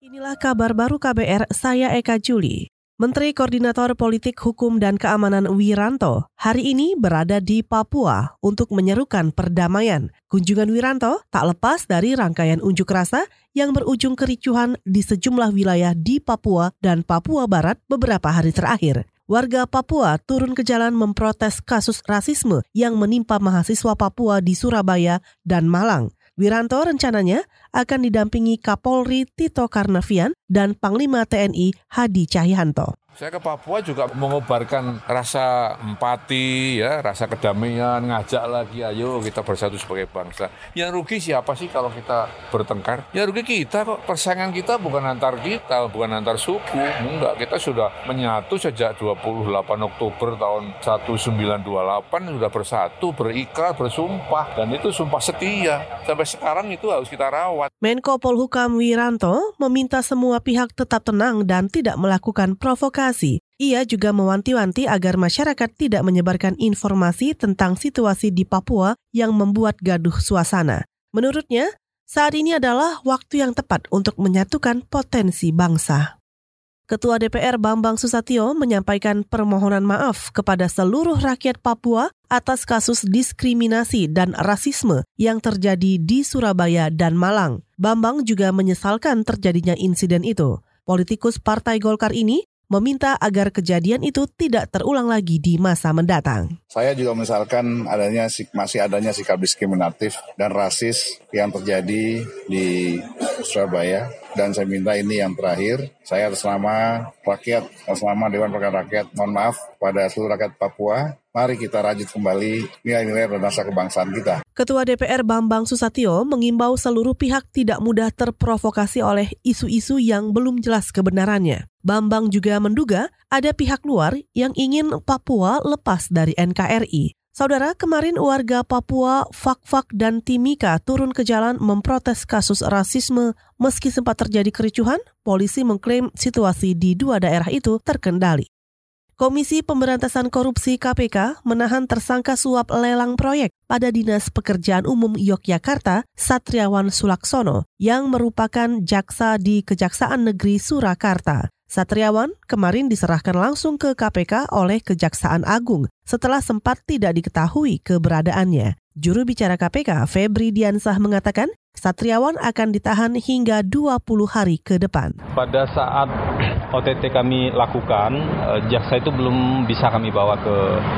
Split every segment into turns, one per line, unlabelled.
Inilah kabar baru KBR, saya Eka Juli. Menteri Koordinator Politik Hukum dan Keamanan Wiranto hari ini berada di Papua untuk menyerukan perdamaian. Kunjungan Wiranto tak lepas dari rangkaian unjuk rasa yang berujung kericuhan di sejumlah wilayah di Papua dan Papua Barat beberapa hari terakhir. Warga Papua turun ke jalan memprotes kasus rasisme yang menimpa mahasiswa Papua di Surabaya dan Malang. Wiranto rencananya akan didampingi Kapolri Tito Karnavian dan Panglima TNI Hadi Cahyanto.
Saya ke Papua juga mengobarkan rasa empati, rasa kedamaian, ngajak lagi, ayo kita bersatu sebagai bangsa. Yang rugi siapa sih kalau kita bertengkar? Ya rugi kita kok, persaingan kita bukan antar kita, bukan antar suku. Enggak, kita sudah menyatu sejak 28 Oktober tahun 1928, sudah bersatu, berikrar, bersumpah, dan itu sumpah setia. Sampai sekarang itu harus kita rawat.
Menko Polhukam Wiranto meminta semua pihak tetap tenang dan tidak melakukan provokasi. Ia juga mewanti-wanti agar masyarakat tidak menyebarkan informasi tentang situasi di Papua yang membuat gaduh suasana. Menurutnya, saat ini adalah waktu yang tepat untuk menyatukan potensi bangsa. Ketua DPR Bambang Susatyo menyampaikan permohonan maaf kepada seluruh rakyat Papua atas kasus diskriminasi dan rasisme yang terjadi di Surabaya dan Malang. Bambang juga menyesalkan terjadinya insiden itu. Politikus Partai Golkar ini meminta agar kejadian itu tidak terulang lagi di masa mendatang.
Saya juga menyesalkan masih adanya sikap diskriminatif dan rasis yang terjadi di Surabaya. Dan saya minta ini yang terakhir, saya atas nama rakyat, atas nama Dewan Perwakilan Rakyat, mohon maaf pada seluruh rakyat Papua, mari kita rajut kembali nilai-nilai dan rasa kebangsaan kita.
Ketua DPR Bambang Susatyo mengimbau seluruh pihak tidak mudah terprovokasi oleh isu-isu yang belum jelas kebenarannya. Bambang juga menduga ada pihak luar yang ingin Papua lepas dari NKRI. Saudara, kemarin warga Papua, Fak-Fak dan Timika turun ke jalan memprotes kasus rasisme. Meski sempat terjadi kericuhan, polisi mengklaim situasi di dua daerah itu terkendali. Komisi Pemberantasan Korupsi KPK menahan tersangka suap lelang proyek pada Dinas Pekerjaan Umum Yogyakarta, Satriawan Sulaksono, yang merupakan jaksa di Kejaksaan Negeri Surakarta. Satriawan kemarin diserahkan langsung ke KPK oleh Kejaksaan Agung setelah sempat tidak diketahui keberadaannya. Juru bicara KPK, Febri Diansah, mengatakan Satriawan akan ditahan hingga 20 hari ke depan.
Pada saat OTT kami lakukan, jaksa itu belum bisa kami bawa ke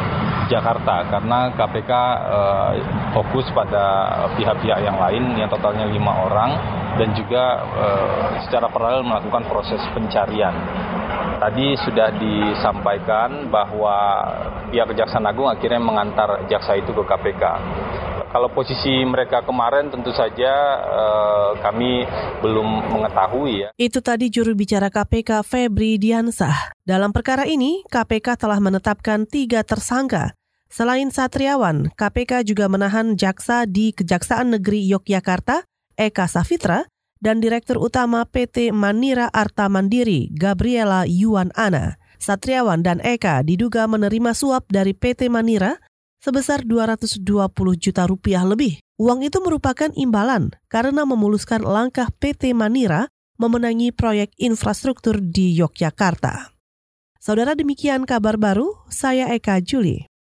Jakarta karena KPK fokus pada pihak-pihak yang lain yang totalnya 5 orang dan juga secara paralel melakukan proses pencarian. Tadi sudah disampaikan bahwa pihak Kejaksaan Agung akhirnya mengantar jaksa itu ke KPK. Kalau posisi mereka kemarin tentu saja kami belum mengetahui ya.
Itu tadi juru bicara KPK Febri Diansah. Dalam perkara ini, KPK telah menetapkan 3 tersangka. Selain Satriawan, KPK juga menahan jaksa di Kejaksaan Negeri Yogyakarta, Eka Safitra, dan Direktur Utama PT Manira Arta Mandiri, Gabriela Yuan Ana. Satriawan dan Eka diduga menerima suap dari PT Manira sebesar 220 juta rupiah lebih. Uang itu merupakan imbalan karena memuluskan langkah PT Manira memenangi proyek infrastruktur di Yogyakarta. Saudara, demikian kabar baru, saya Eka Juli.